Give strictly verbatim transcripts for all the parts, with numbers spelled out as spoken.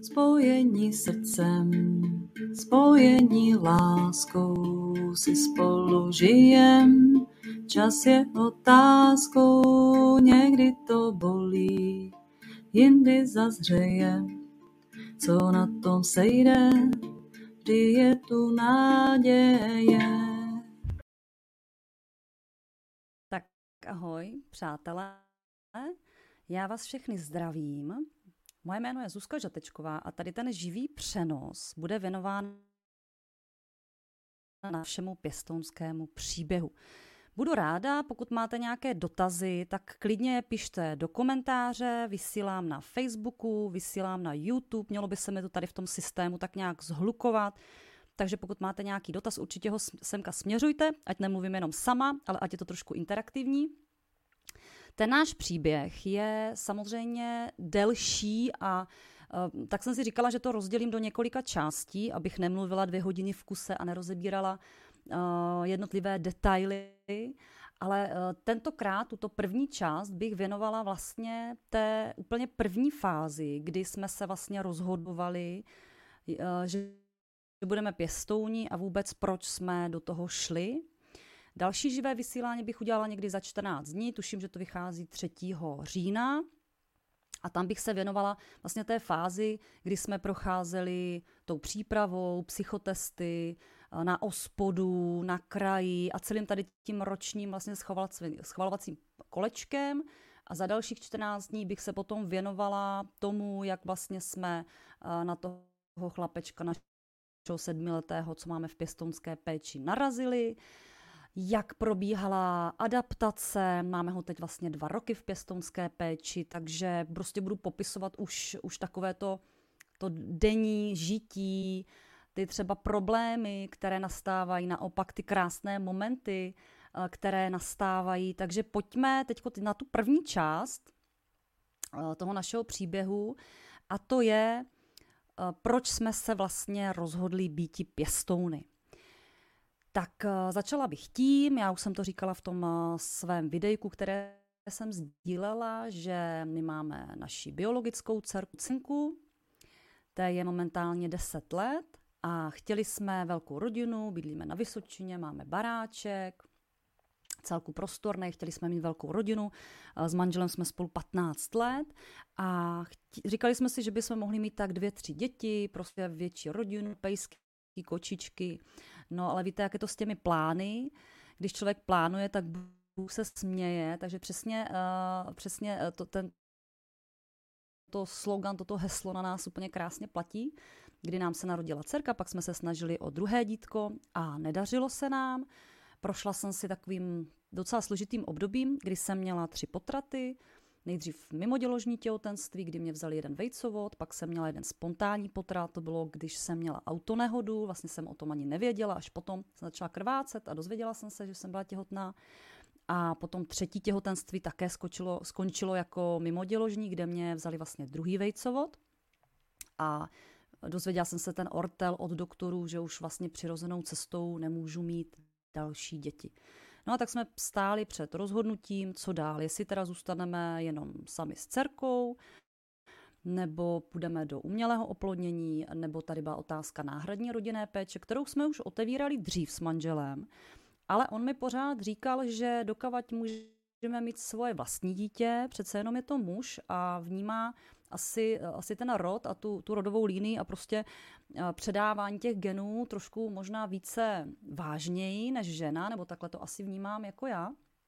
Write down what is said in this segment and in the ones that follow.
Spojení srdcem, spojení láskou, si spolu žijem. Čas je otázkou, někdy to bolí, jindy zazřeje. Co na tom sejde, kdy je tu naděje. Tak ahoj, přátelé. Já vás všechny zdravím. Moje jméno je Zuzka Žatečková a tady ten živý přenos bude věnován našemu pěstounskému příběhu. Budu ráda, pokud máte nějaké dotazy, tak klidně je pište do komentáře, vysílám na Facebooku, vysílám na YouTube, mělo by se mi to tady v tom systému tak nějak zhlukovat, takže pokud máte nějaký dotaz, určitě ho semka směřujte, ať nemluvím jenom sama, ale ať je to trošku interaktivní. Ten náš příběh je samozřejmě delší a uh, tak jsem si říkala, že to rozdělím do několika částí, abych nemluvila dvě hodiny v kuse a nerozebírala uh, jednotlivé detaily, ale uh, tentokrát tuto první část bych věnovala vlastně té úplně první fázi, kdy jsme se vlastně rozhodovali, uh, že budeme pěstouni a vůbec proč jsme do toho šli. Další živé vysílání bych udělala někdy za čtrnáct dní, tuším, že to vychází třetího října. A tam bych se věnovala vlastně té fázi, kdy jsme procházeli tou přípravou, psychotesty, na ospodu, na kraji a celým tady tím ročním vlastně schvalovacím kolečkem. A za dalších čtrnáct dní bych se potom věnovala tomu, jak vlastně jsme na toho chlapečka, našeho sedmiletého, co máme v pěstounské péči, narazili, jak probíhala adaptace, máme ho teď vlastně dva roky v pěstounské péči, takže prostě budu popisovat už, už takové to, to denní žití, ty třeba problémy, které nastávají, naopak ty krásné momenty, které nastávají. Takže pojďme teď na tu první část toho našeho příběhu a to je, proč jsme se vlastně rozhodli býti pěstouny. Tak začala bych tím, já už jsem to říkala v tom svém videjku, které jsem sdílela, že my máme naši biologickou dcerku Cinku, té je momentálně deset let a chtěli jsme velkou rodinu, bydlíme na Vysočině, máme baráček, celku prostorný, chtěli jsme mít velkou rodinu, s manželem jsme spolu patnáct let a chtě, říkali jsme si, že bychom mohli mít tak dvě, tři děti, prostě větší rodinu, pejsky, kočičky. No ale víte, jak je to s těmi plány. Když člověk plánuje, tak Bůh se směje, takže přesně, uh, přesně to, ten, to slogan, toto heslo na nás úplně krásně platí. Kdy nám se narodila dcerka, pak jsme se snažili o druhé dítko a nedařilo se nám. Prošla jsem si takovým docela složitým obdobím, kdy jsem měla tři potraty, nejdřív mimoděložní těhotenství, kdy mě vzali jeden vejcovod, pak jsem měla jeden spontánní potrat, to bylo, když jsem měla autonehodu, vlastně jsem o tom ani nevěděla, až potom jsem začala krvácet a dozvěděla jsem se, že jsem byla těhotná. A potom třetí těhotenství také skočilo, skončilo jako mimoděložní, kde mě vzali vlastně druhý vejcovod. A dozvěděla jsem se ten ortel od doktorů, že už vlastně přirozenou cestou nemůžu mít další děti. No a tak jsme stáli před rozhodnutím, co dál, jestli teda zůstaneme jenom sami s dcerkou, nebo půjdeme do umělého oplodnění, nebo tady byla otázka náhradní rodinné péče, kterou jsme už otevírali dřív s manželem, ale on mi pořád říkal, že dokavať můžeme mít svoje vlastní dítě, přece jenom je to muž a vnímá asi, asi ten rod a tu, tu rodovou línii a prostě předávání těch genů trošku možná více vážněji než žena, nebo takhle to asi vnímám jako já.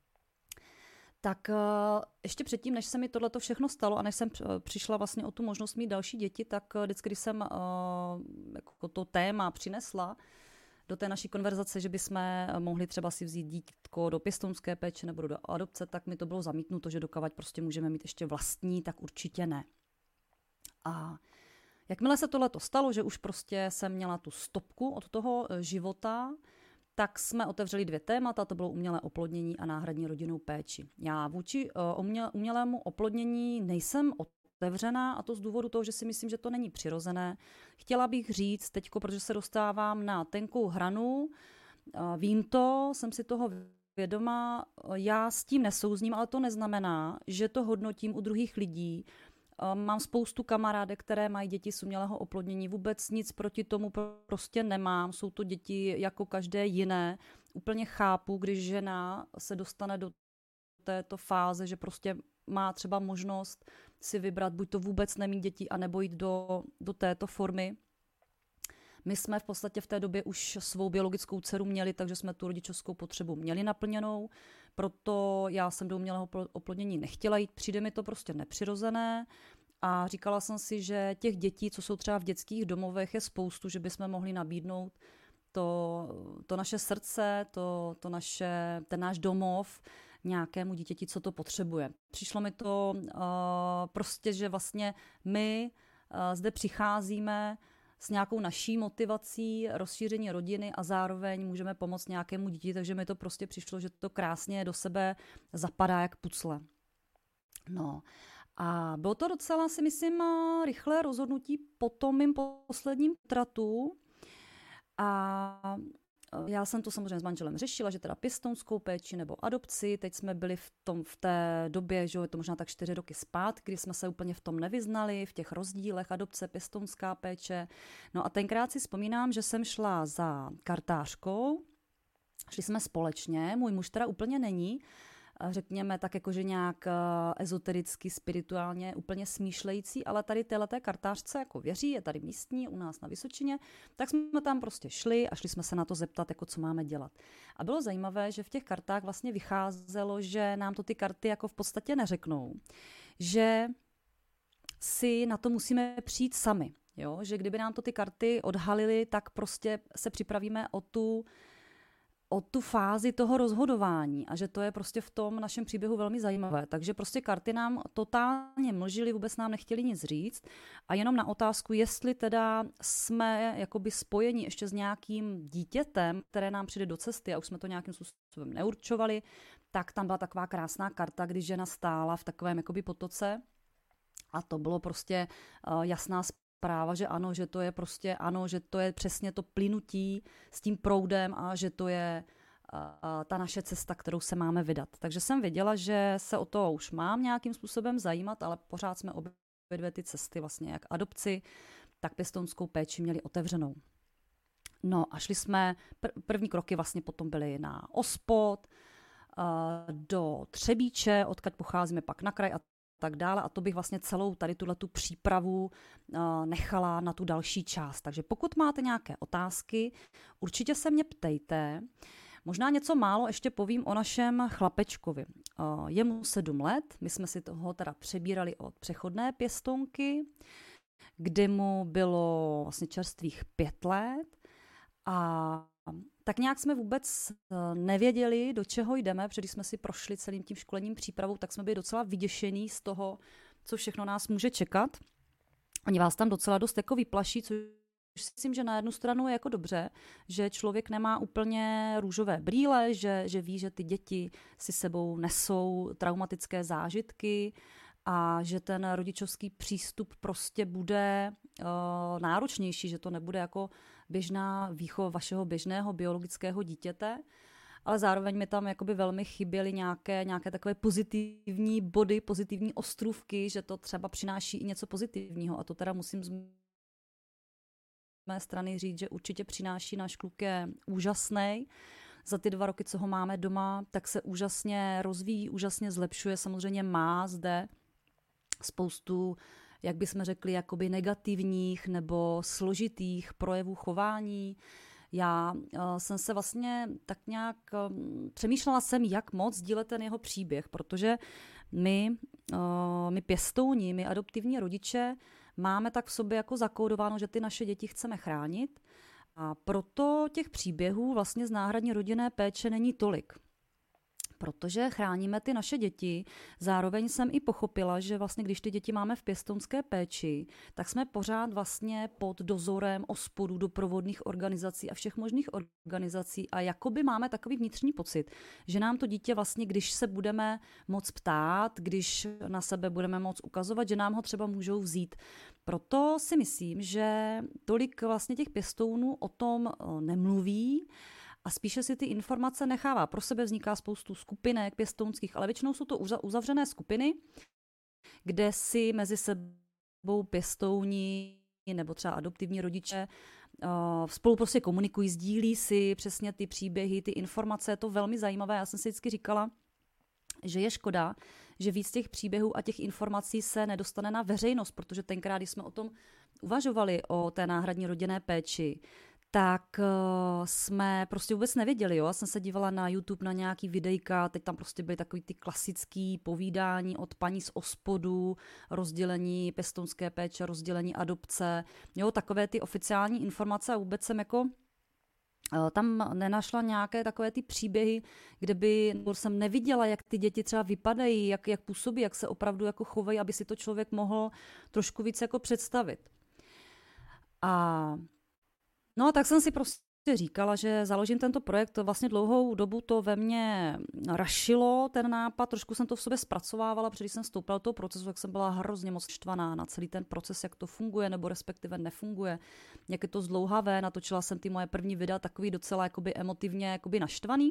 Tak ještě předtím, než se mi tohleto všechno stalo a než jsem přišla vlastně o tu možnost mít další děti, tak vždycky, když jsem jako to téma přinesla do té naší konverzace, že bychom mohli třeba si vzít dítko do pěstounské péče nebo do adopce, tak mi to bylo zamítnuto, že dokavať prostě můžeme mít ještě vlastní, tak určitě ne. A jakmile se tohleto stalo, že už prostě jsem měla tu stopku od toho života, tak jsme otevřeli dvě témata, to bylo umělé oplodnění a náhradní rodinnou péči. Já vůči umělému oplodnění nejsem otevřená a to z důvodu toho, že si myslím, že to není přirozené. Chtěla bych říct teďko, protože se dostávám na tenkou hranu, vím to, jsem si toho vědoma, já s tím nesouzním, ale to neznamená, že to hodnotím u druhých lidí Mám spoustu kamarádek, které mají děti z umělého oplodnění, vůbec nic proti tomu prostě nemám, jsou to děti jako každé jiné. Úplně chápu, když žena se dostane do této fáze, že prostě má třeba možnost si vybrat, buď to vůbec nemít děti, anebo jít do, do této formy. My jsme v podstatě v té době už svou biologickou dceru měli, takže jsme tu rodičovskou potřebu měli naplněnou, proto já jsem do umělého oplodnění nechtěla jít, přijde mi to prostě nepřirozené a říkala jsem si, že těch dětí, co jsou třeba v dětských domovech, je spoustu, že bychom mohli nabídnout to, to naše srdce, to, to naše, ten náš domov nějakému dítěti, co to potřebuje. Přišlo mi to uh, prostě, že vlastně my uh, zde přicházíme s nějakou naší motivací, rozšíření rodiny a zároveň můžeme pomoct nějakému dítěti, takže mi to prostě přišlo, že to krásně do sebe zapadá jak pucle. No a bylo to docela, si myslím, rychlé rozhodnutí po tom mým posledním tratu a já jsem to samozřejmě s manželem řešila, že teda pěstounskou péči nebo adopci. Teď jsme byli v, tom, v té době, že je to možná tak čtyři roky zpátky, kdy jsme se úplně v tom nevyznali, v těch rozdílech adopce, pěstounská péče. No a tenkrát si vzpomínám, že jsem šla za kartářkou, šli jsme společně, můj muž teda úplně není, řekněme tak jakože nějak ezotericky, spirituálně úplně smýšlející, ale tady téhleté kartářce jako věří, je tady místní u nás na Vysočině, tak jsme tam prostě šli a šli jsme se na to zeptat, jako co máme dělat. A bylo zajímavé, že v těch kartách vlastně vycházelo, že nám to ty karty jako v podstatě neřeknou, že si na to musíme přijít sami, jo? Že kdyby nám to ty karty odhalily, tak prostě se připravíme o tu o tu fázi toho rozhodování a že to je prostě v tom našem příběhu velmi zajímavé. Takže prostě karty nám totálně mlžily, vůbec nám nechtěli nic říct a jenom na otázku, jestli teda jsme jakoby spojeni ještě s nějakým dítětem, které nám přijde do cesty a už jsme to nějakým způsobem neurčovali, tak tam byla taková krásná karta, kdy žena stála v takovém jakoby potoce a to bylo prostě uh, jasná práva, že ano, že to je prostě ano, že to je přesně to plynutí s tím proudem a že to je a, ta naše cesta, kterou se máme vydat. Takže jsem věděla, že se o to už mám nějakým způsobem zajímat, ale pořád jsme obě dvě ty cesty vlastně jak adopci, tak pěstounskou péči měli otevřenou. No a šli jsme, pr- první kroky vlastně potom byly na Ospod, do Třebíče, odkud pocházíme pak na kraj a tak dále a to bych vlastně celou tady tuhletu přípravu uh, nechala na tu další část. Takže pokud máte nějaké otázky, určitě se mě ptejte. Možná něco málo ještě povím o našem chlapečkovi. Uh, je mu sedm let, my jsme si toho teda přebírali od přechodné pěstounky, kdy mu bylo vlastně čerstvých pět let a tak nějak jsme vůbec nevěděli, do čeho jdeme, protože když jsme si prošli celým tím školením přípravou, tak jsme byli docela vyděšení z toho, co všechno nás může čekat. Oni vás tam docela dost jako vyplaší, což si myslím, že na jednu stranu je jako dobře, že člověk nemá úplně růžové brýle, že, že ví, že ty děti si sebou nesou traumatické zážitky a že ten rodičovský přístup prostě bude uh, náročnější, že to nebude jako běžná výchova vašeho běžného biologického dítěte, ale zároveň mi tam jakoby velmi chyběly nějaké, nějaké takové pozitivní body, pozitivní ostrůvky, že to třeba přináší i něco pozitivního a to teda musím z mé strany říct, že určitě přináší. Náš kluk je úžasný. Za ty dva roky, co ho máme doma, tak se úžasně rozvíjí, úžasně zlepšuje. Samozřejmě má zde spoustu, jak bychom řekli, jakoby negativních nebo složitých projevů chování. Já uh, jsem se vlastně tak nějak um, přemýšlela jsem, jak moc sdílet ten jeho příběh, protože my, uh, my pěstouni, my adoptivní rodiče máme tak v sobě jako zakódováno, že ty naše děti chceme chránit a proto těch příběhů vlastně z náhradní rodinné péče není tolik. Protože chráníme ty naše děti. Zároveň jsem i pochopila, že vlastně když ty děti máme v pěstounské péči, tak jsme pořád vlastně pod dozorem ospodů, doprovodných organizací a všech možných organizací a jakoby máme takový vnitřní pocit, že nám to dítě vlastně, když se budeme moc ptát, když na sebe budeme moc ukazovat, že nám ho třeba můžou vzít. Proto si myslím, že tolik vlastně těch pěstounů o tom nemluví, a spíše si ty informace nechává pro sebe, vzniká spoustu skupinek pěstounských, ale většinou jsou to uzavřené skupiny, kde si mezi sebou pěstouni nebo třeba adoptivní rodiče uh, spolu prostě komunikují, sdílí si přesně ty příběhy, ty informace, je to velmi zajímavé. Já jsem si vždycky říkala, že je škoda, že víc těch příběhů a těch informací se nedostane na veřejnost, protože tenkrát, když jsme o tom uvažovali, o té náhradní rodinné péči, tak uh, jsme prostě vůbec nevěděli. Jo? Já jsem se dívala na YouTube na nějaký videjka, teď tam prostě byly takový ty klasický povídání od paní z ospodu, rozdělení pěstounské péče, rozdělení adopce, jo? Takové ty oficiální informace a vůbec jsem jako tam nenašla nějaké takové ty příběhy, kde by jsem neviděla, jak ty děti třeba vypadají, jak, jak působí, jak se opravdu jako chovají, aby si to člověk mohl trošku víc jako představit. A no a tak jsem si prostě říkala, že založím tento projekt. Vlastně dlouhou dobu to ve mně rašilo, ten nápad, trošku jsem to v sobě zpracovávala, protože když jsem vstoupila do toho procesu, tak jsem byla hrozně moc štvaná na celý ten proces, jak to funguje, nebo respektive nefunguje, jak je to zdlouhavé. Natočila jsem ty moje první videa takový docela jakoby emotivně jakoby naštvaný.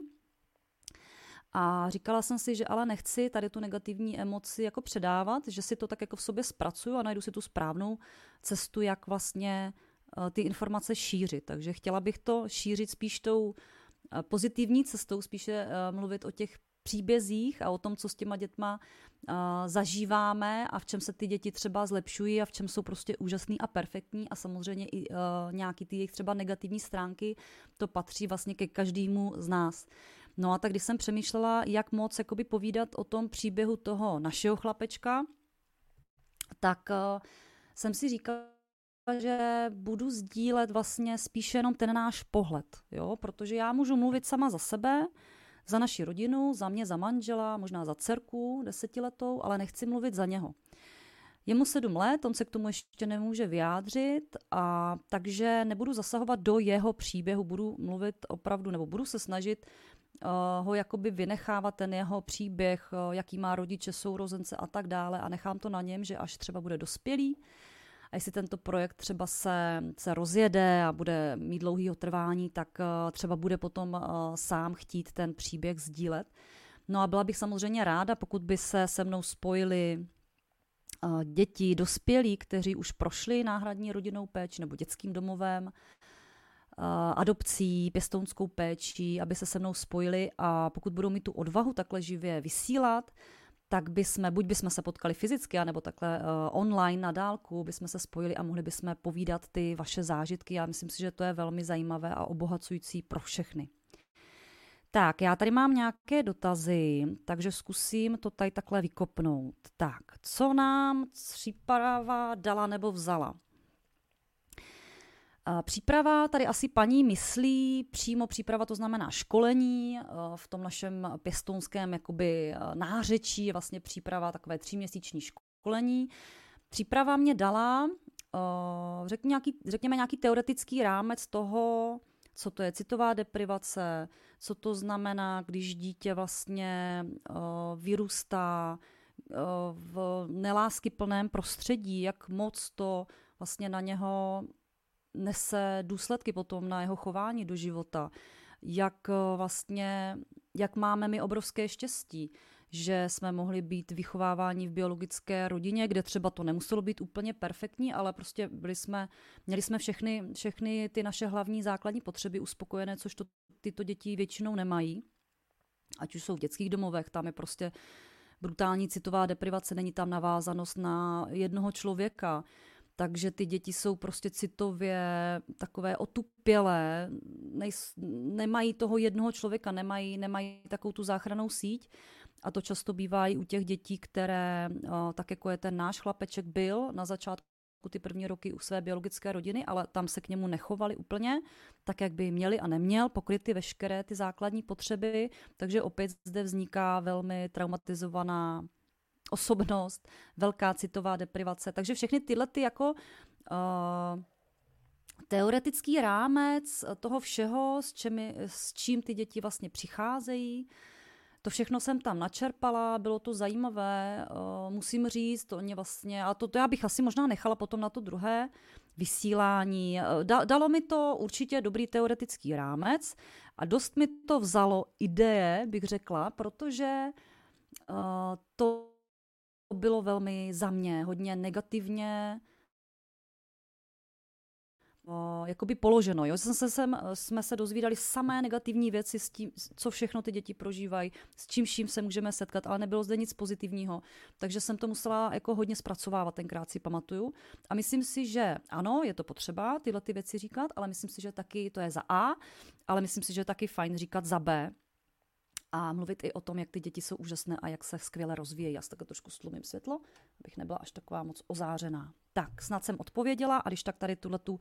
A říkala jsem si, že ale nechci tady tu negativní emoci jako předávat, že si to tak jako v sobě zpracuju a najdu si tu správnou cestu, jak vlastně ty informace šířit. Takže chtěla bych to šířit spíš tou pozitivní cestou, spíše mluvit o těch příbězích a o tom, co s těma dětma zažíváme a v čem se ty děti třeba zlepšují a v čem jsou prostě úžasný a perfektní a samozřejmě i nějaký ty jejich třeba negativní stránky, to patří vlastně ke každému z nás. No a tak když jsem přemýšlela, jak moc jakoby povídat o tom příběhu toho našeho chlapečka, tak jsem si říkala, že budu sdílet vlastně spíše jenom ten náš pohled, jo? Protože já můžu mluvit sama za sebe, za naši rodinu, za mě, za manžela, možná za dcerku desetiletou, ale nechci mluvit za něho. Je mu sedm let, on se k tomu ještě nemůže vyjádřit, a takže nebudu zasahovat do jeho příběhu, budu mluvit opravdu, nebo budu se snažit uh, ho jakoby vynechávat ten jeho příběh, uh, jaký má rodiče, sourozence a tak dále a nechám to na něm, že až třeba bude dospělý, a jestli tento projekt třeba se, se rozjede a bude mít dlouhýho trvání, tak uh, třeba bude potom uh, sám chtít ten příběh sdílet. No a byla bych samozřejmě ráda, pokud by se se mnou spojili uh, děti, dospělí, kteří už prošli náhradní rodinnou péči nebo dětským domovem, uh, adopcí, pěstounskou péčí, aby se se mnou spojili a pokud budou mít tu odvahu takhle živě vysílat, tak bychom, buď bychom se potkali fyzicky, anebo takhle uh, online na dálku, bychom se spojili a mohli bychom povídat ty vaše zážitky. Já myslím si, že to je velmi zajímavé a obohacující pro všechny. Tak, já tady mám nějaké dotazy, takže zkusím to tady takhle vykopnout. Tak, co nám příprava dala nebo vzala? Příprava, tady asi paní myslí, přímo příprava, to znamená školení, v tom našem pěstounském jakoby nářečí je vlastně příprava, takové tříměsíční školení. Příprava mě dala, řekněme nějaký, řekněme nějaký teoretický rámec toho, co to je citová deprivace, co to znamená, když dítě vlastně vyrůstá v neláskyplném prostředí, jak moc to vlastně na něho nese důsledky potom na jeho chování do života, jak vlastně, jak máme my obrovské štěstí, že jsme mohli být vychováváni v biologické rodině, kde třeba to nemuselo být úplně perfektní, ale prostě byli jsme, měli jsme všechny, všechny ty naše hlavní základní potřeby uspokojené, což to, tyto děti většinou nemají. Ať už jsou v dětských domovech, tam je prostě brutální citová deprivace, není tam navázanost na jednoho člověka. Takže ty děti jsou prostě citově takové otupělé, nejs, nemají toho jednoho člověka, nemají, nemají takovou tu záchrannou síť. A to často bývá i u těch dětí, které, tak jako je ten náš chlapeček byl na začátku ty první roky u své biologické rodiny, ale tam se k němu nechovali úplně, tak jak by měli a neměl, pokryty veškeré ty základní potřeby. Takže opět zde vzniká velmi traumatizovaná osobnost, velká citová deprivace. Takže všechny tyhle ty jako uh, teoretický rámec toho všeho, s, čemi, s čím ty děti vlastně přicházejí, to všechno jsem tam načerpala, bylo to zajímavé, uh, musím říct, oni vlastně, a to, to já bych asi možná nechala potom na to druhé vysílání. Da, dalo mi to určitě dobrý teoretický rámec a dost mi to vzalo ideje, bych řekla, protože uh, to bylo velmi za mě hodně negativně o, jakoby položeno. Jo? Jsem se, sem, jsme se dozvídali samé negativní věci s tím, co všechno ty děti prožívají, s čím vším se můžeme setkat, ale nebylo zde nic pozitivního. Takže jsem to musela jako hodně zpracovávat, tenkrát si pamatuju. A myslím si, že ano, je to potřeba tyhle ty věci říkat, ale myslím si, že taky to je za A, ale myslím si, že je taky fajn říkat za B. A mluvit i o tom, jak ty děti jsou úžasné a jak se skvěle rozvíjejí. Já si takhle trošku stlumím světlo, abych nebyla až taková moc ozářená. Tak, snad jsem odpověděla a když tak tady tuhletu uh,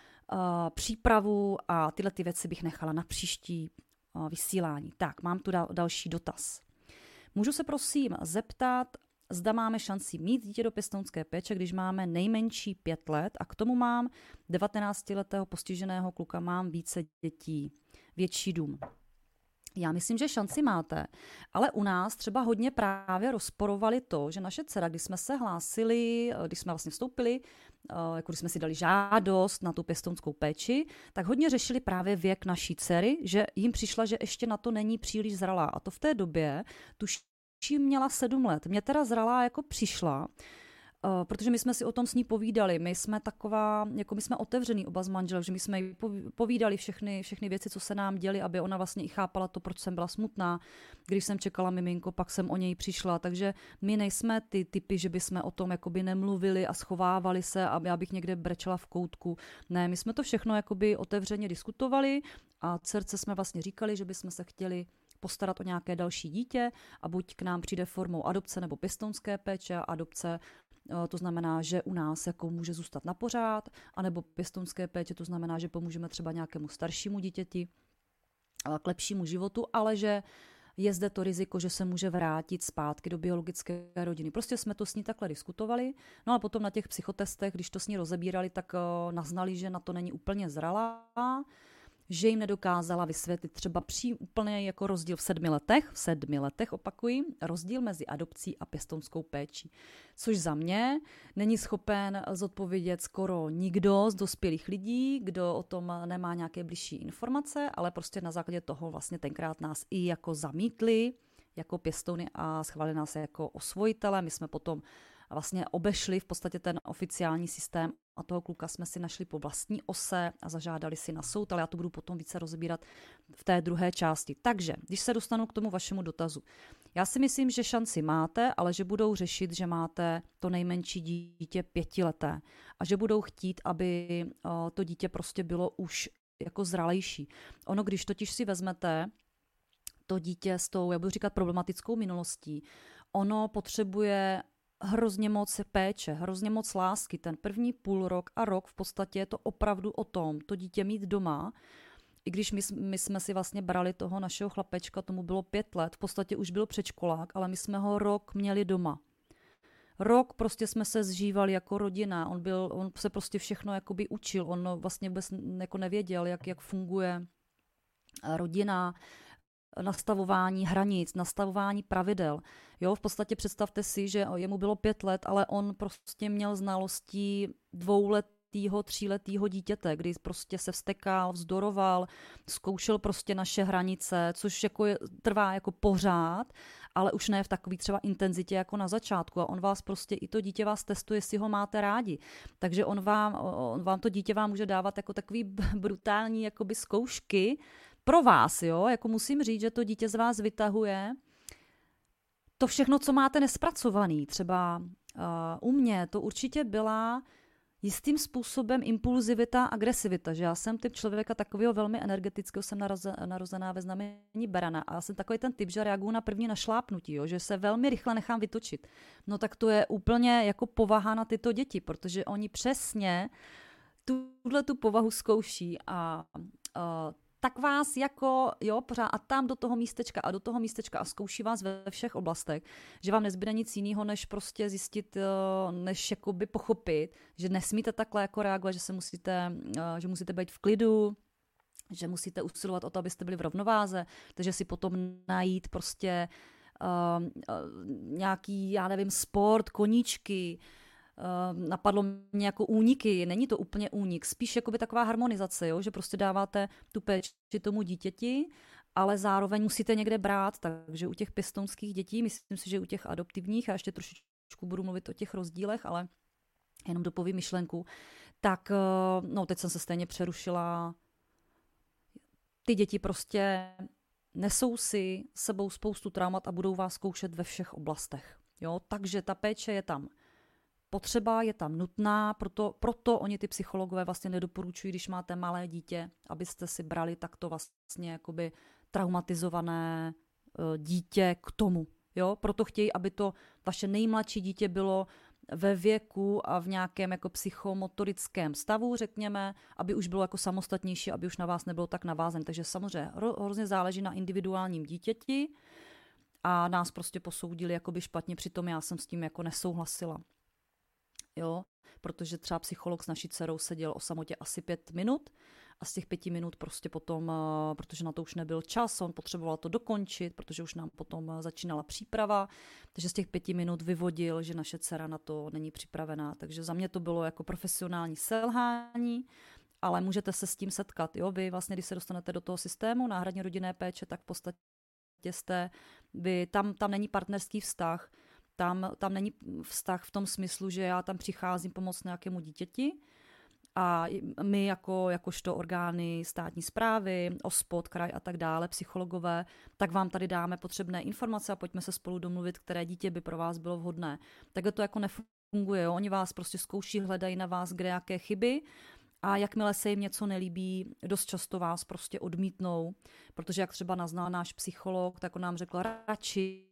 přípravu a tyhle ty věci bych nechala na příští uh, vysílání. Tak, mám tu dal- další dotaz. Můžu se prosím zeptat, zda máme šanci mít dítě do pěstounské péče, když máme nejmenší pět let a k tomu mám devatenáctiletého postiženého kluka, mám více dětí, větší dům. Já myslím, že šanci máte, ale u nás třeba hodně právě rozporovali to, že naše dcera, když jsme se hlásili, když jsme vlastně vstoupili, jako když jsme si dali žádost na tu pěstounskou péči, tak hodně řešili právě věk naší dcery, že jim přišla, že ještě na to není příliš zralá. A to v té době, tuším, měla sedm let. Mě teda zralá jako přišla, Uh, protože my jsme si o tom s ní povídali. My jsme taková, jako my jsme otevřený oba s manželem, že my jsme jí povídali všechny, všechny věci, co se nám děly, aby ona vlastně i chápala to, proč jsem byla smutná. Když jsem čekala miminko, pak jsem o něj přišla. Takže my nejsme ty typy, že bychom o tom jakoby nemluvili a schovávali se, aby já bych někde brečela v koutku. Ne, my jsme to všechno jakoby otevřeně diskutovali a dcerce jsme vlastně říkali, že bychom se chtěli postarat o nějaké další dítě a buď k nám přijde formou adopce nebo pěstounské péče a adopce. To znamená, že u nás jako může zůstat na pořád, anebo pěstounské péče, to znamená, že pomůžeme třeba nějakému staršímu dítěti k lepšímu životu, ale že je zde to riziko, že se může vrátit zpátky do biologické rodiny. Prostě jsme to s ní takhle diskutovali, no a potom na těch psychotestech, když to s ní rozebírali, tak naznali, že na to není úplně zralá, že jim nedokázala vysvětlit třeba při úplně jako rozdíl v sedmi letech, v sedmi letech opakuji, rozdíl mezi adopcí a pěstounskou péčí. Což za mě není schopen zodpovědět skoro nikdo z dospělých lidí, kdo o tom nemá nějaké bližší informace, ale prostě na základě toho vlastně tenkrát nás i jako zamítli, jako pěstouny a schválili nás jako osvojitele. My jsme potom vlastně obešli v podstatě ten oficiální systém a toho kluka jsme si našli po vlastní ose a zažádali si na soud, ale já to budu potom více rozebírat v té druhé části. Takže, když se dostanu k tomu vašemu dotazu. Já si myslím, že šanci máte, ale že budou řešit, že máte to nejmenší dítě pětileté a že budou chtít, aby to dítě prostě bylo už jako zralejší. Ono, když totiž si vezmete to dítě s tou, já budu říkat, problematickou minulostí, ono potřebuje hrozně moc péče, hrozně moc lásky. Ten první půl rok a rok v podstatě je to opravdu o tom, to dítě mít doma. I když my, my jsme si vlastně brali toho našeho chlapečka, tomu bylo pět let, v podstatě už byl předškolák, ale my jsme ho rok měli doma. Rok prostě jsme se zžívali jako rodina, on, byl, on se prostě všechno jakoby učil, on vlastně vůbec jako nevěděl, jak, jak funguje rodina, nastavování hranic, nastavování pravidel. Jo, v podstatě představte si, že jemu bylo pět let, ale on prostě měl znalostí dvouletýho, tříletýho dítěte, kdy prostě se vztekal, vzdoroval, zkoušel prostě naše hranice, což jako je, trvá jako pořád, ale už ne v takové třeba intenzitě jako na začátku. A on vás prostě, i to dítě vás testuje, jestli ho máte rádi. Takže on vám, on vám to dítě vám může dávat jako takový brutální jakoby zkoušky, pro vás, jo, jako musím říct, že to dítě z vás vytahuje to všechno, co máte nespracovaný. Třeba uh, u mě to určitě byla jistým způsobem impulzivita, agresivita, že já jsem typ člověka takového velmi energetického, jsem narozená ve znamení berana a já jsem takový ten typ, že reaguju na první našlápnutí, jo, že se velmi rychle nechám vytočit. No tak to je úplně jako povaha na tyto děti, protože oni přesně tuhle tu povahu zkouší a uh, tak vás jako, jo, pořád a tam do toho místečka a do toho místečka a zkouší vás ve všech oblastech, že vám nezbyde nic jiného, než prostě zjistit, než jakoby pochopit, že nesmíte takhle jako reagovat, že se musíte, že musíte být v klidu, že musíte usilovat o to, abyste byli v rovnováze, takže si potom najít prostě uh, nějaký, já nevím, sport, koníčky. Uh, napadlo mě jako úniky, není to úplně únik, spíš jakoby taková harmonizace, jo? Že prostě dáváte tu péči tomu dítěti, ale zároveň musíte někde brát, takže u těch pěstounských dětí, myslím si, že u těch adoptivních a ještě trošičku budu mluvit o těch rozdílech, ale jenom dopovím myšlenku. Tak, no teď jsem se stejně přerušila. Ty děti prostě nesou si sebou spoustu traumat a budou vás zkoušet ve všech oblastech. Jo? Takže ta péče je tam potřeba, je tam nutná, proto, proto oni ty psychologové vlastně nedoporučují, když máte malé dítě, abyste si brali takto vlastně jakoby traumatizované uh, dítě k tomu. Jo? Proto chtějí, aby to vaše nejmladší dítě bylo ve věku a v nějakém jako psychomotorickém stavu, řekněme, aby už bylo jako samostatnější, aby už na vás nebylo tak navázané. Takže samozřejmě hrozně záleží na individuálním dítěti a nás prostě posoudili jakoby špatně, přitom já jsem s tím jako nesouhlasila. Jo, protože třeba psycholog s naší dcerou seděl o samotě asi pět minut a z těch pěti minut prostě potom, protože na to už nebyl čas, on potřeboval to dokončit, protože už nám potom začínala příprava, takže z těch pěti minut vyvodil, že naše dcera na to není připravená. Takže za mě to bylo jako profesionální selhání, ale můžete se s tím setkat. Jo? Vy vlastně, když se dostanete do toho systému náhradní rodinné péče, tak v podstatě jste, vy, tam, tam není partnerský vztah, Tam, tam není vztah v tom smyslu, že já tam přicházím pomoct nějakému dítěti a my jako, jakožto orgány státní správy, OSPOD, kraj a tak dále, psychologové, tak vám tady dáme potřebné informace a pojďme se spolu domluvit, které dítě by pro vás bylo vhodné. Takhle to jako nefunguje. Jo? Oni vás prostě zkouší, hledají na vás kde jaké chyby a jakmile se jim něco nelíbí, dost často vás prostě odmítnou, protože jak třeba naznal náš psycholog, tak on nám řekl radši,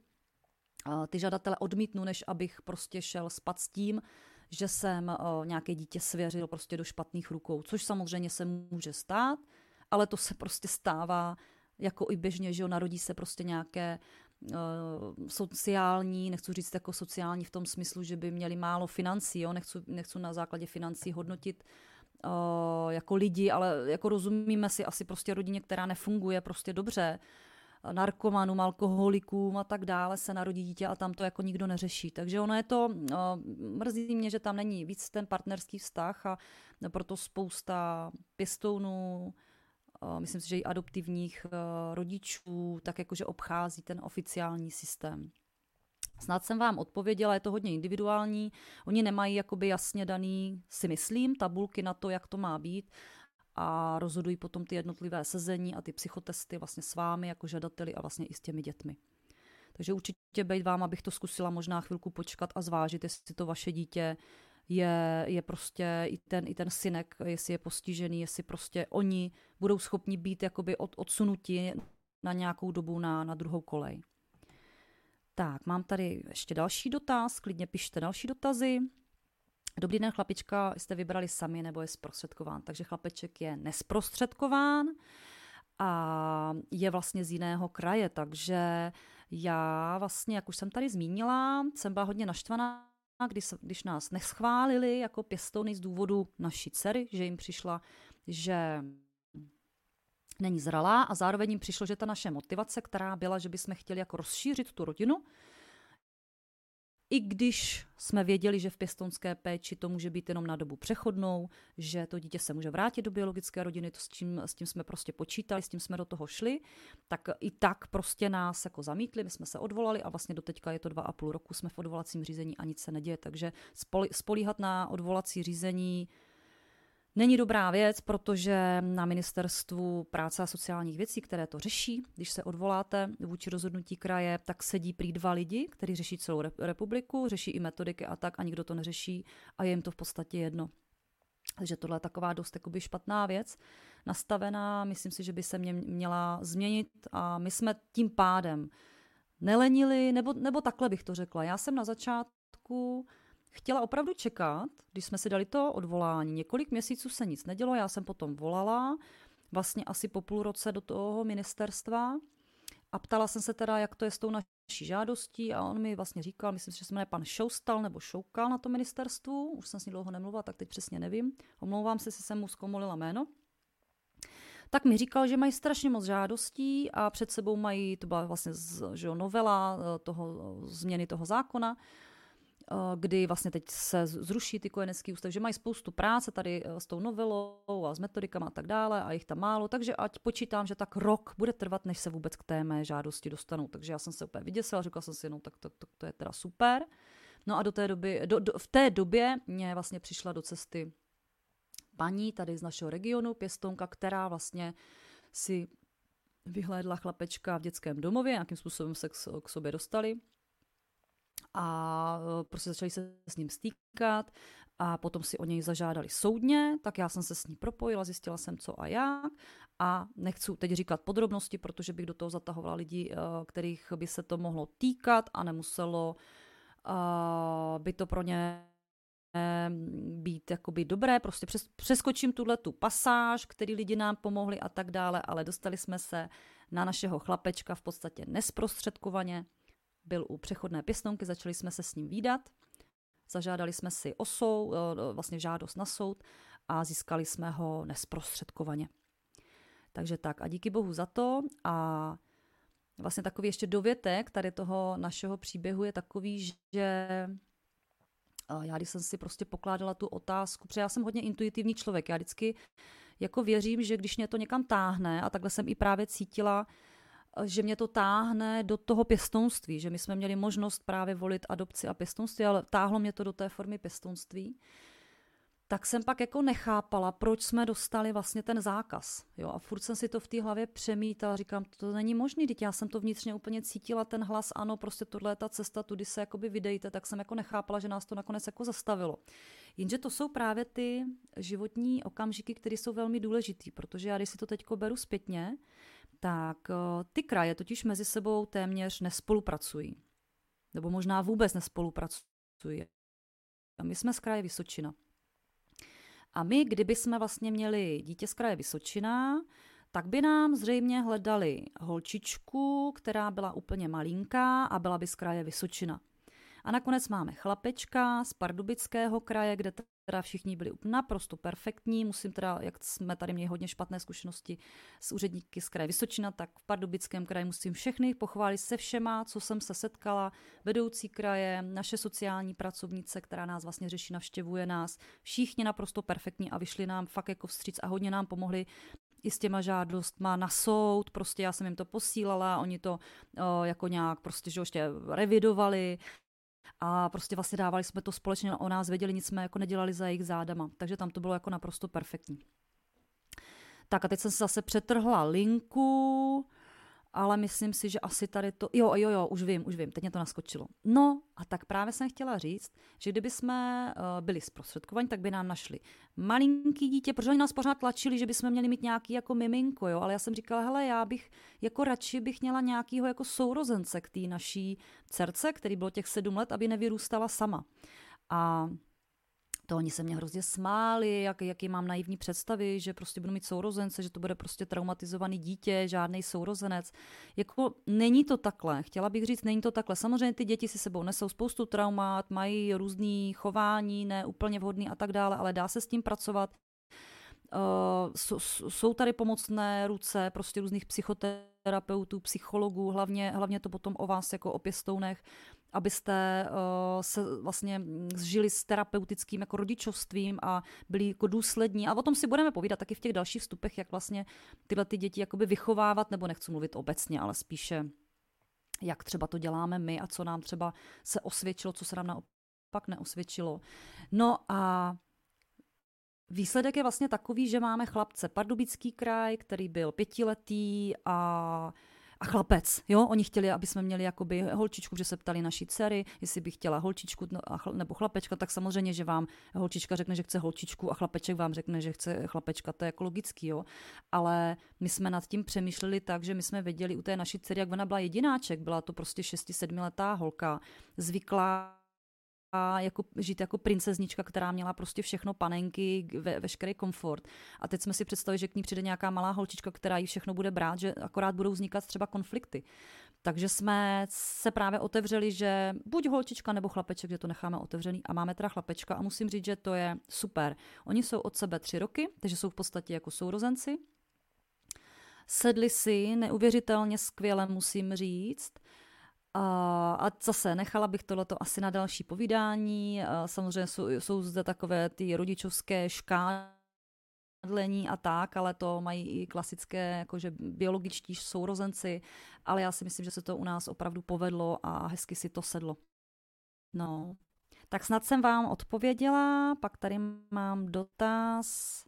ty žadatele odmítnu, než abych prostě šel spat s tím, že jsem uh, nějaké dítě svěřil prostě do špatných rukou, což samozřejmě se může stát, ale to se prostě stává jako i běžně, že jo, narodí se prostě nějaké uh, sociální, nechci říct jako sociální v tom smyslu, že by měli málo financí, jo, nechci, nechci na základě financí hodnotit uh, jako lidi, ale jako rozumíme si asi prostě rodině, která nefunguje prostě dobře, narkomanům, alkoholikům a tak dále se narodí dítě a tam to jako nikdo neřeší. Takže ono je to, mrzí mě, že tam není víc ten partnerský vztah a proto spousta pěstounů, myslím si, že i adoptivních rodičů, tak jakože obchází ten oficiální systém. Snad jsem vám odpověděla, je to hodně individuální. Oni nemají jakoby jasně daný, si myslím, tabulky na to, jak to má být, a rozhodují potom ty jednotlivé sezení a ty psychotesty vlastně s vámi jako žadateli a vlastně i s těmi dětmi. Takže určitě bejt vám, abych to zkusila možná chvilku počkat a zvážit, jestli to vaše dítě je, je prostě i ten, i ten synek, jestli je postižený, jestli prostě oni budou schopni být jakoby od, odsunuti na nějakou dobu na, na druhou kolej. Tak, mám tady ještě další dotaz, klidně pište další dotazy. Dobrý den, chlapička, jste vybrali sami nebo je zprostředkován. Takže chlapeček je nesprostředkován a je vlastně z jiného kraje, takže já vlastně, jak už jsem tady zmínila, jsem byla hodně naštvaná, když, když nás neschválili jako pěstouny z důvodu naší dcery, že jim přišla, že není zralá a zároveň jim přišlo, že ta naše motivace, která byla, že bychom chtěli jako rozšířit tu rodinu, i když jsme věděli, že v pěstounské péči to může být jenom na dobu přechodnou, že to dítě se může vrátit do biologické rodiny, to s tím, s tím jsme prostě počítali, s tím jsme do toho šli, tak i tak prostě nás jako zamítli, my jsme se odvolali a vlastně doteďka je to dva a půl roku, jsme v odvolacím řízení a nic se neděje, takže spolíhat na odvolací řízení není dobrá věc, protože na Ministerstvu práce a sociálních věcí, které to řeší, když se odvoláte vůči rozhodnutí kraje, tak sedí prý dva lidi, kteří řeší celou republiku, řeší i metodiky a tak a nikdo to neřeší a je jim to v podstatě jedno. Takže tohle je taková dost jakoby špatná věc nastavená, myslím si, že by se mě měla změnit a my jsme tím pádem nelenili, nebo, nebo takhle bych to řekla. Já jsem na začátku chtěla opravdu čekat, když jsme si dali to odvolání. Několik měsíců se nic nedělo, já jsem potom volala, vlastně asi po půl roce do toho ministerstva a ptala jsem se teda, jak to je s tou naší žádostí a on mi vlastně říkal, myslím si, že se jmenuje pan Šoustal nebo Šoukal na tom ministerstvu, už jsem s ním dlouho nemluvila, tak teď přesně nevím, omlouvám se, jestli jsem mu zkomolila jméno. Tak mi říkal, že mají strašně moc žádostí a před sebou mají, to byla vlastně že novela toho, změny toho zákona, kdy vlastně teď se zruší ty kojenecký ústav, že mají spoustu práce tady s tou novelou a s metodikama a tak dále a jich tam málo, takže ať počítám, že tak rok bude trvat, než se vůbec k té mé žádosti dostanou. Takže já jsem se úplně vyděsila, říkala jsem si, no tak to, to, to je teda super. No a do té doby, do, do, v té době mě vlastně přišla do cesty paní tady z našeho regionu, pěstounka, která vlastně si vyhlédla chlapečka v dětském domově, nějakým způsobem se k, k sobě dostali a prostě začali se s ním stýkat a potom si o něj zažádali soudně, tak já jsem se s ní propojila, zjistila jsem co a jak a nechci teď říkat podrobnosti, protože bych do toho zatahovala lidi, kterých by se to mohlo týkat a nemuselo by to pro ně být jakoby dobré, prostě přes, přeskočím tuhle tu pasáž, který lidi nám pomohli a tak dále, ale dostali jsme se na našeho chlapečka v podstatě nesprostředkovaně, byl u přechodné pěstounky, začali jsme se s ním vídat, zažádali jsme si o soud, vlastně žádost na soud a získali jsme ho nesprostředkovaně. Takže tak a díky bohu za to a vlastně takový ještě dovětek tady toho našeho příběhu je takový, že já když jsem si prostě pokládala tu otázku, protože já jsem hodně intuitivní člověk, já vždycky jako věřím, že když mě to někam táhne a takhle jsem i právě cítila, že mě to táhne do toho pěstounství, že my jsme měli možnost právě volit adopci a pěstounství, ale táhlo mě to do té formy pěstounství, tak jsem pak jako nechápala, proč jsme dostali vlastně ten zákaz. Jo? A furt jsem si to v té hlavě přemítala, říkám, to není možný, teď já jsem to vnitřně úplně cítila, ten hlas, ano, prostě tohle je ta cesta, tudy se jakoby vydejte, tak jsem jako nechápala, že nás to nakonec jako zastavilo. Jenže to jsou právě ty životní okamžiky, které jsou velmi důležitý, protože já když si to teďko beru zpětně, tak ty kraje totiž mezi sebou téměř nespolupracují. Nebo možná vůbec nespolupracují. A my jsme z kraje Vysočina. A my, kdyby jsme vlastně měli dítě z kraje Vysočina, tak by nám zřejmě hledali holčičku, která byla úplně malinká a byla by z kraje Vysočina. A nakonec máme chlapečka z Pardubického kraje, kde teda všichni byli naprosto perfektní. Musím teda, jak jsme tady měli hodně špatné zkušenosti s úředníky z kraje Vysočina, tak v Pardubickém kraji musím všechny pochválit se všema, co jsem se setkala, vedoucí kraje, naše sociální pracovnice, která nás vlastně řeší, navštěvuje nás. Všichni naprosto perfektní a vyšli nám fakt jako vstříc a hodně nám pomohli i s těma žádostma na soud, prostě já jsem jim to posílala, oni to o, jako nějak prostě, že ještě revidovali. A prostě vlastně dávali jsme to společně, o nás věděli, nic jsme jako nedělali za jejich zádama. Takže tam to bylo jako naprosto perfektní. Tak a teď jsem se zase přetrhla linku, ale myslím si, že asi tady to... Jo, jo, jo, už vím, už vím, teď mě to naskočilo. No a tak právě jsem chtěla říct, že kdyby jsme uh, byli zprostředkovaní, tak by nám našli malinký dítě, protože oni nás pořád tlačili, že bychom měli mít nějaký jako miminko, jo, ale já jsem říkala, hele, já bych jako radši bych měla nějakýho jako sourozence k té naší dcerce, který bylo těch sedm let, aby nevyrůstala sama. A to oni se mě hrozně smáli, jak, jaký mám naivní představy, že prostě budu mít sourozence, že to bude prostě traumatizovaný dítě, žádný sourozenec. Jako není to takhle, chtěla bych říct, není to takhle. Samozřejmě ty děti si sebou nesou spoustu traumat, mají různý chování, ne úplně vhodný a tak dále, ale dá se s tím pracovat. Uh, jsou tady pomocné ruce prostě různých psychoterapeutů, psychologů, hlavně, hlavně to potom o vás jako o pěstounech, abyste uh, se vlastně zžili s terapeutickým jako rodičovstvím a byli jako důslední. A o tom si budeme povídat taky v těch dalších vstupech, jak vlastně tyhle ty děti jakoby vychovávat, nebo nechci mluvit obecně, ale spíše jak třeba to děláme my a co nám třeba se osvědčilo, co se nám naopak neosvědčilo. No a výsledek je vlastně takový, že máme chlapce Pardubický kraj, který byl pětiletý a, a chlapec. Jo? Oni chtěli, aby jsme měli jakoby holčičku, že se ptali naší dcery, jestli by chtěla holčičku nebo chlapečka, tak samozřejmě, že vám holčička řekne, že chce holčičku a chlapeček vám řekne, že chce chlapečka, to je jako logický. Jo? Ale my jsme nad tím přemýšleli tak, že my jsme věděli u té naší dcery, jak ona byla jedináček, byla to prostě šesti sedmiletá holka, zvyklá a jako, žít jako princeznička, která měla prostě všechno panenky, ve, veškerý komfort. A teď jsme si představili, že k ní přijde nějaká malá holčička, která jí všechno bude brát, že akorát budou vznikat třeba konflikty. Takže jsme se právě otevřeli, že buď holčička nebo chlapeček, že to necháme otevřený a máme teda chlapečka a musím říct, že to je super. Oni jsou od sebe tři roky, takže jsou v podstatě jako sourozenci. Sedli si neuvěřitelně skvěle, musím říct. A zase nechala bych tohleto asi na další povídání. Samozřejmě jsou, jsou zde takové ty rodičovské škádlení a tak, ale to mají i klasické jakože biologičtí sourozenci, ale já si myslím, že se to u nás opravdu povedlo a hezky si to sedlo. No. Tak snad jsem vám odpověděla, pak tady mám dotaz.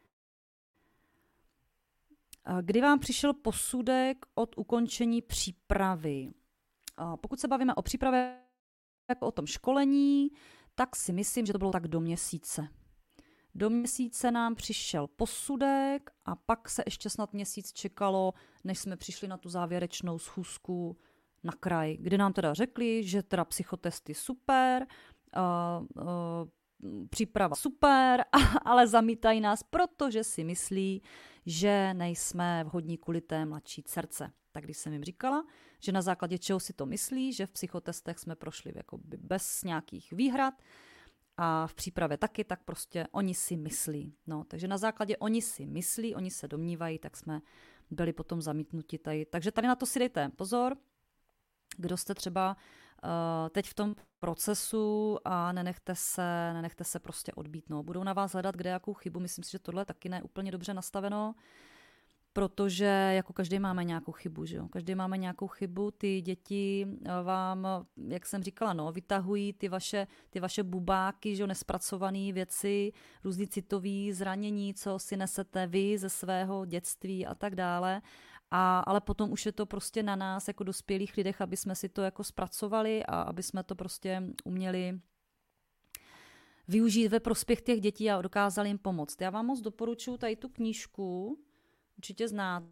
Kdy vám přišel posudek od ukončení přípravy? Pokud se bavíme o přípravě jako o tom školení, tak si myslím, že to bylo tak do měsíce. Do měsíce nám přišel posudek a pak se ještě snad měsíc čekalo, než jsme přišli na tu závěrečnou schůzku na kraj, kde nám teda řekli, že teda psychotesty super, uh, uh, příprava super, ale zamítají nás, protože si myslí, že nejsme vhodní kvůli té mladší dcerce. Tak když jsem jim říkala, že na základě čeho si to myslí, že v psychotestech jsme prošli jakoby bez nějakých výhrad a v přípravě taky, tak prostě oni si myslí. No, takže na základě oni si myslí, oni se domnívají, tak jsme byli potom zamítnuti tady. Takže tady na to si dejte pozor, kdo jste třeba uh, teď v tom procesu a nenechte se, nenechte se prostě odbít. No. Budou na vás hledat kde jakou chybu, myslím si, že tohle taky ne úplně dobře nastaveno, protože jako každý máme nějakou chybu, že jo? Každý máme nějakou chybu, ty děti vám, jak jsem říkala, no, vytahují ty vaše, ty vaše bubáky, že jo, nespracované věci, různý citový zranění, co si nesete vy ze svého dětství a tak dále. A, ale potom už je to prostě na nás jako dospělých lidech, aby jsme si to jako zpracovali a aby jsme to prostě uměli využít ve prospěch těch dětí a dokázali jim pomoct. Já vám moc doporučuji tady tu knížku, určitě znáte,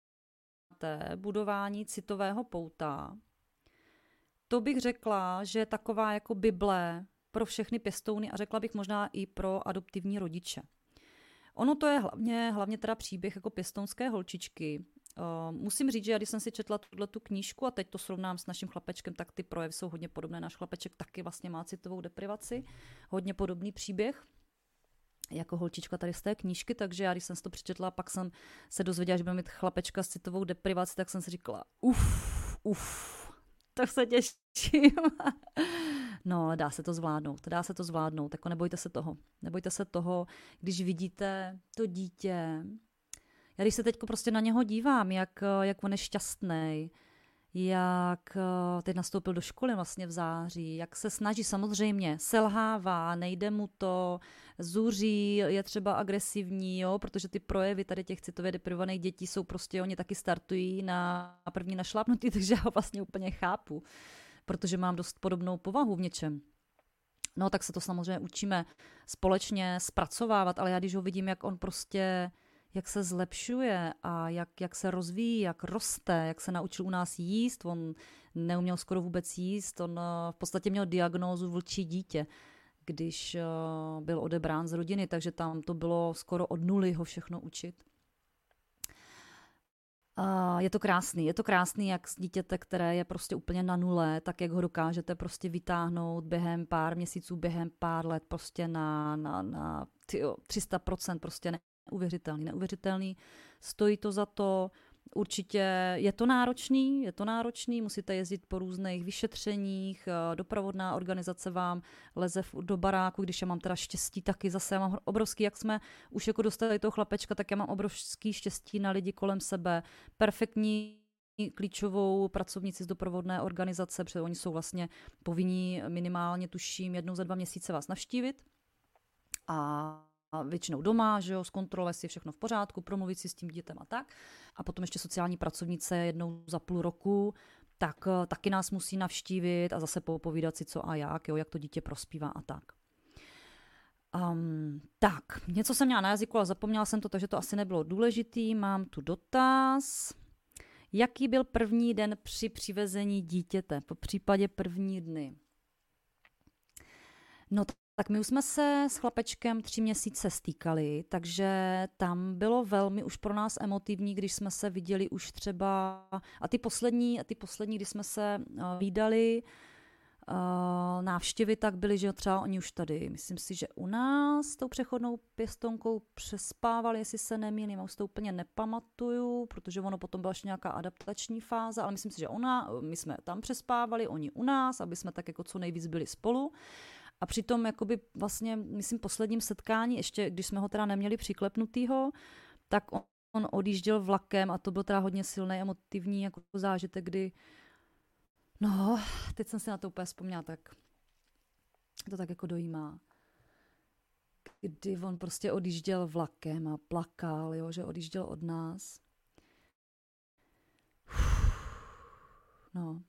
Budování citového pouta. To bych řekla, že je taková jako bible pro všechny pěstouny a řekla bych možná i pro adoptivní rodiče. Ono to je hlavně, hlavně teda příběh jako pěstounské holčičky. Uh, musím říct, že já když jsem si četla tuto knížku a teď to srovnám s naším chlapečkem, tak ty projevy jsou hodně podobné. Náš chlapeček taky vlastně má citovou deprivaci. Hodně podobný příběh jako holčička tady z té knížky, takže já když jsem si to přečetla, pak jsem se dozvěděla, že bude mít chlapečka s citovou deprivací, tak jsem si říkala, uf, uf, tak se těším. No, dá se to zvládnout, dá se to zvládnout, jako nebojte se toho. Nebojte se toho, když vidíte to dítě. Já když se teď prostě na něho dívám, jak, jak on je šťastný, jak teď nastoupil do školy vlastně v září, jak se snaží, samozřejmě selhává, nejde mu to, zuří, je třeba agresivní, jo, protože ty projevy tady těch citově deprivovaných dětí jsou prostě, oni taky startují na první našlápnutí, takže já ho vlastně úplně chápu, protože mám dost podobnou povahu v něčem. No tak se to samozřejmě učíme společně zpracovávat, ale já když ho vidím, jak on prostě jak se zlepšuje a jak, jak se rozvíjí, jak roste, jak se naučil u nás jíst. On neuměl skoro vůbec jíst, on v podstatě měl diagnózu vlčí dítě, když byl odebrán z rodiny, takže tam to bylo skoro od nuly ho všechno učit. A je to krásný, je to krásný, jak z dítěte, které je prostě úplně na nule, tak jak ho dokážete prostě vytáhnout během pár měsíců, během pár let prostě na, na, na tyjo, tři sta procent prostě ne. Neuvěřitelný, neuvěřitelný, stojí to za to, určitě je to náročný, je to náročný, musíte jezdit po různých vyšetřeních, doprovodná organizace vám leze do baráku, když já mám teda štěstí taky, zase já mám obrovský, jak jsme už jako dostali toho chlapečka, tak já mám obrovský štěstí na lidi kolem sebe, perfektní klíčovou pracovnici z doprovodné organizace, protože oni jsou vlastně povinní minimálně, tuším, jednou za dva měsíce vás navštívit a A většinou doma, že jo, zkontroluje si všechno v pořádku, promluvit si s tím dítětem a tak. A potom ještě sociální pracovnice jednou za půl roku, tak taky nás musí navštívit a zase popovídat si co a jak, jo, jak to dítě prospívá a tak. Um, tak, něco jsem měla na jazyku, ale zapomněla jsem to, takže to asi nebylo důležitý. Mám tu dotaz. Jaký byl první den při přivezení dítěte, po případě první dny? No tak my už jsme se s chlapečkem tři měsíce stýkali, takže tam bylo velmi už pro nás emotivní, když jsme se viděli už třeba, a ty poslední, a ty poslední, když jsme se uh, vídali, uh, návštěvy, tak byly, že třeba oni už tady, myslím si, že u nás s tou přechodnou pěstounkou přespávali, jestli se nemýlím, už to úplně nepamatuju, protože ono potom byla ještě nějaká adaptační fáze, ale myslím si, že ona, my jsme tam přespávali, oni u nás, aby jsme tak jako co nejvíc byli spolu. A přitom jakoby vlastně, myslím, posledním setkání, ještě když jsme ho teda neměli přiklepnutýho, tak on, on odjížděl vlakem a to byl teda hodně silný emotivní jako zážitek, kdy, no, teď jsem si na to úplně vzpomněla, tak to tak jako dojímá. Kdy on prostě odjížděl vlakem a plakal, jo, že odjížděl od nás. No.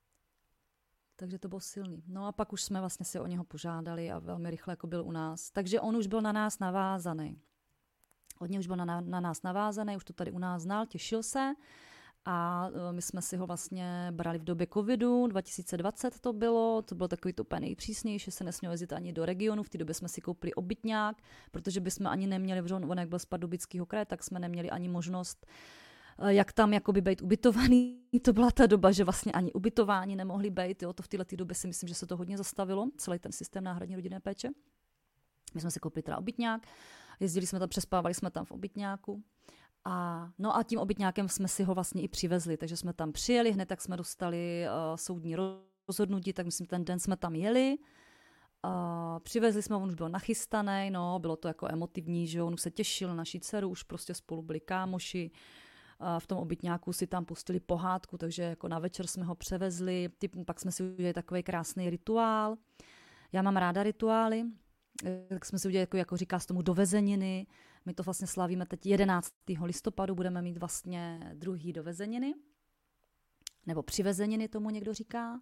Takže to bylo silný. No a pak už jsme vlastně si o něho požádali a velmi rychle jako byl u nás. Takže on už byl na nás navázaný. Hodně už byl na, na nás navázaný, už to tady u nás znal, těšil se. A my jsme si ho vlastně brali v době covidu, dva tisíce dvacet to bylo, to bylo takový to úplně nejpřísnější, se nesmělo jezdit ani do regionu, v té době jsme si koupili obytňák, protože bychom ani neměli, protože on jak byl z Pardubického kraje, tak jsme neměli ani možnost, jak tam jakoby být ubytovaný. To byla ta doba, že vlastně ani ubytování nemohli být, jo, to v této době si myslím, že se to hodně zastavilo, celý ten systém náhradní rodinné péče. My jsme si koupili teda obytňák, jezdili jsme tam, přespávali jsme tam v obytňáku. A, no a tím obytňákem jsme si ho vlastně i přivezli, takže jsme tam přijeli, hned tak jsme dostali uh, soudní rozhodnutí, tak myslím, ten den jsme tam jeli. Uh, přivezli jsme, on už byl nachystaný, no, bylo to jako emotivní, že on už se těšil na naší dceru, už prostě spolu byli kámoši. Uh, v tom obytňáku si tam pustili pohádku, takže jako na večer jsme ho převezli, Ty, pak jsme si udělali takový krásný rituál. Já mám ráda rituály, tak jsme si udělali, jako, jako říká se tomu, dovezeniny. My to vlastně slavíme teď jedenáctého listopadu, budeme mít vlastně druhý dovezeniny, nebo přivezeniny tomu někdo říká.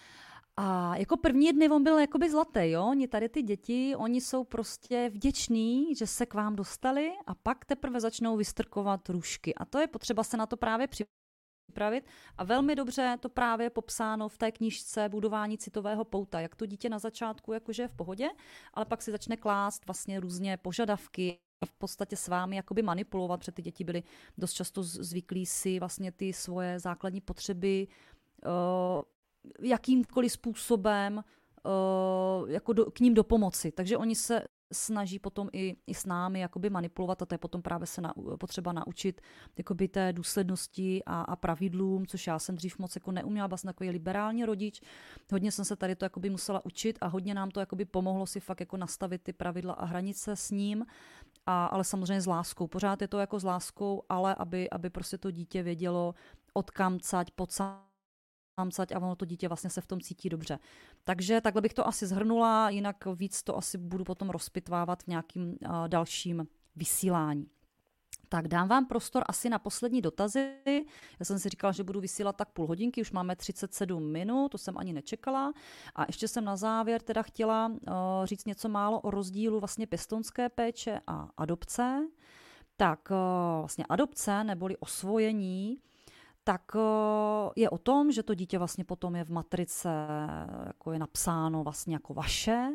A jako první dny on byl jakoby zlatý, jo. Oni tady ty děti, oni jsou prostě vděční, že se k vám dostali a pak teprve začnou vystrkovat růžky. A to je potřeba se na to právě připravit. A velmi dobře to právě popsáno v té knížce Budování citového pouta, jak to dítě na začátku jakože je v pohodě, ale pak si začne klást vlastně různě požadavky a v podstatě s vámi jakoby manipulovat, protože ty děti byly dost často zvyklí si vlastně ty svoje základní potřeby uh, jakýmkoliv způsobem uh, jako do, k ním dopomoci. Takže oni se snaží potom i, i s námi jakoby manipulovat a to je potom právě se na, potřeba naučit jakoby té důslednosti a, a pravidlům, což já jsem dřív moc jako neuměla, byla jsem takový liberální rodič. Hodně jsem se tady to jakoby musela učit a hodně nám to jakoby pomohlo si fakt jako nastavit ty pravidla a hranice s ním, a, ale samozřejmě s láskou. Pořád je to jako s láskou, ale aby, aby prostě to dítě vědělo odkamcať, pocať a ono to dítě vlastně se v tom cítí dobře. Takže takhle bych to asi zhrnula, jinak víc to asi budu potom rozpitvávat v nějakým uh, dalším vysílání. Tak dám vám prostor asi na poslední dotazy. Já jsem si říkala, že budu vysílat tak půl hodinky, už máme třicet sedm minut, to jsem ani nečekala. A ještě jsem na závěr teda chtěla uh, říct něco málo o rozdílu vlastně pěstounské péče a adopce. Tak uh, vlastně adopce neboli osvojení, tak je o tom, že to dítě vlastně potom je v matrice, jako je napsáno vlastně jako vaše.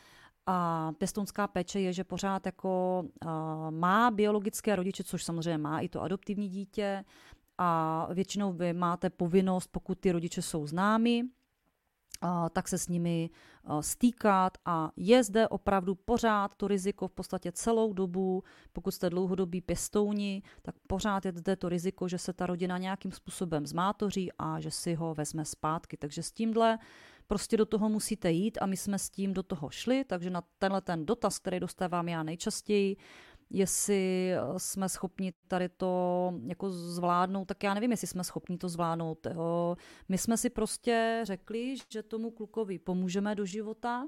A pěstounská péče je, že pořád jako uh, má biologické rodiče, což samozřejmě má i to adoptivní dítě. A většinou vy máte povinnost, pokud ty rodiče jsou známi, Uh, tak se s nimi uh, stýkat a je zde opravdu pořád to riziko v podstatě celou dobu, pokud jste dlouhodobí pěstouni, tak pořád je zde to riziko, že se ta rodina nějakým způsobem zmátoří a že si ho vezme zpátky. Takže s tímhle prostě do toho musíte jít a my jsme s tím do toho šli, takže na tenhle ten dotaz, který dostávám já nejčastěji, jestli jsme schopni tady to jako zvládnout, tak já nevím, jestli jsme schopni to zvládnout. Jo. My jsme si prostě řekli, že tomu klukovi pomůžeme do života,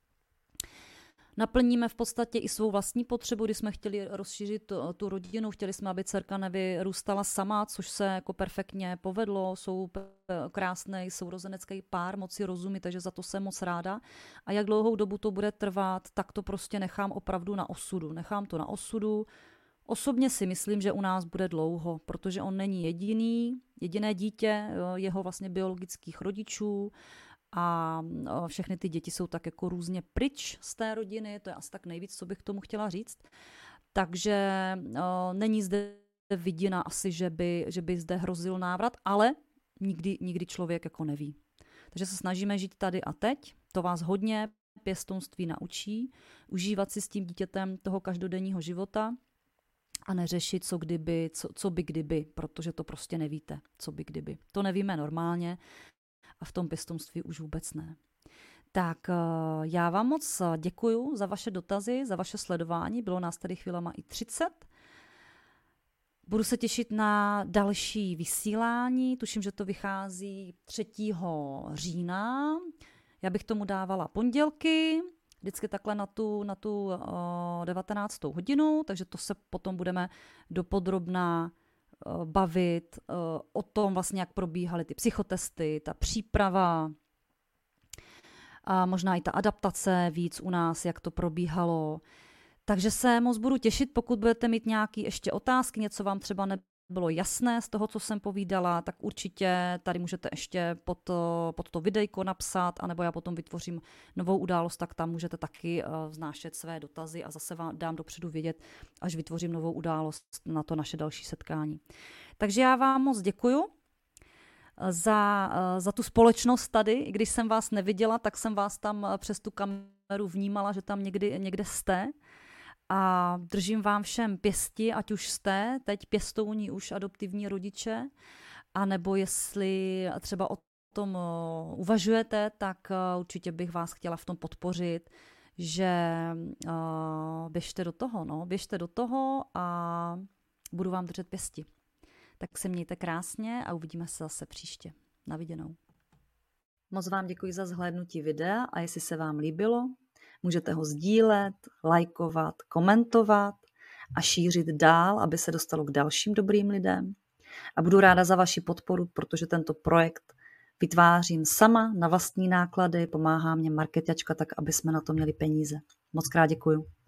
naplníme v podstatě i svou vlastní potřebu, když jsme chtěli rozšířit tu, tu rodinu, chtěli jsme, aby dcerka nevyrůstala sama, což se jako perfektně povedlo, jsou krásný sourozenecký pár, moc si rozumí, takže za to jsem moc ráda. A jak dlouhou dobu to bude trvat, tak to prostě nechám opravdu na osudu. Nechám to na osudu. Osobně si myslím, že u nás bude dlouho, protože on není jediný, jediné dítě jeho vlastně biologických rodičů, a všechny ty děti jsou tak jako různě pryč z té rodiny, to je asi tak nejvíc, co bych k tomu chtěla říct. Takže o, není zde viděna asi, že by, že by zde hrozil návrat, ale nikdy, nikdy člověk jako neví. Takže se snažíme žít tady a teď, to vás hodně pěstounství naučí, užívat si s tím dítětem toho každodenního života a neřešit, co kdyby, co, co by kdyby, protože to prostě nevíte, co by kdyby. To nevíme normálně, a v tom pěstounství už vůbec ne. Tak já vám moc děkuju za vaše dotazy, za vaše sledování. Bylo nás tady chvílema i třicet. Budu se těšit na další vysílání. Tuším, že to vychází třetího října. Já bych tomu dávala pondělky, vždycky takhle na tu, na tu uh, devatenáctou hodinu, takže to se potom budeme dopodrobná uh, bavit uh, o tom vlastně, jak probíhaly ty psychotesty, ta příprava, a možná i ta adaptace víc u nás, jak to probíhalo. Takže se moc budu těšit, pokud budete mít nějaké ještě otázky, něco vám třeba nebylo jasné z toho, co jsem povídala, tak určitě tady můžete ještě pod to, pod to videjko napsat, anebo já potom vytvořím novou událost, tak tam můžete taky vznášet své dotazy a zase vám dám dopředu vědět, až vytvořím novou událost na to naše další setkání. Takže já vám moc děkuju za, za tu společnost tady. I když jsem vás neviděla, tak jsem vás tam přes tu kameru vnímala, že tam někdy, někde jste. A držím vám všem pěsti, ať už jste teď pěstouni už adoptivní rodiče, anebo jestli třeba o tom uvažujete, tak určitě bych vás chtěla v tom podpořit, že uh, běžte do toho, no, běžte do toho a budu vám držet pěsti. Tak se mějte krásně a uvidíme se zase příště. Na viděnou. Moc vám děkuji za zhlédnutí videa a jestli se vám líbilo, můžete ho sdílet, lajkovat, komentovat a šířit dál, aby se dostalo k dalším dobrým lidem. A budu ráda za vaši podporu, protože tento projekt vytvářím sama na vlastní náklady, pomáhá mě marketačka, tak aby jsme na to měli peníze. Moc krát děkuju.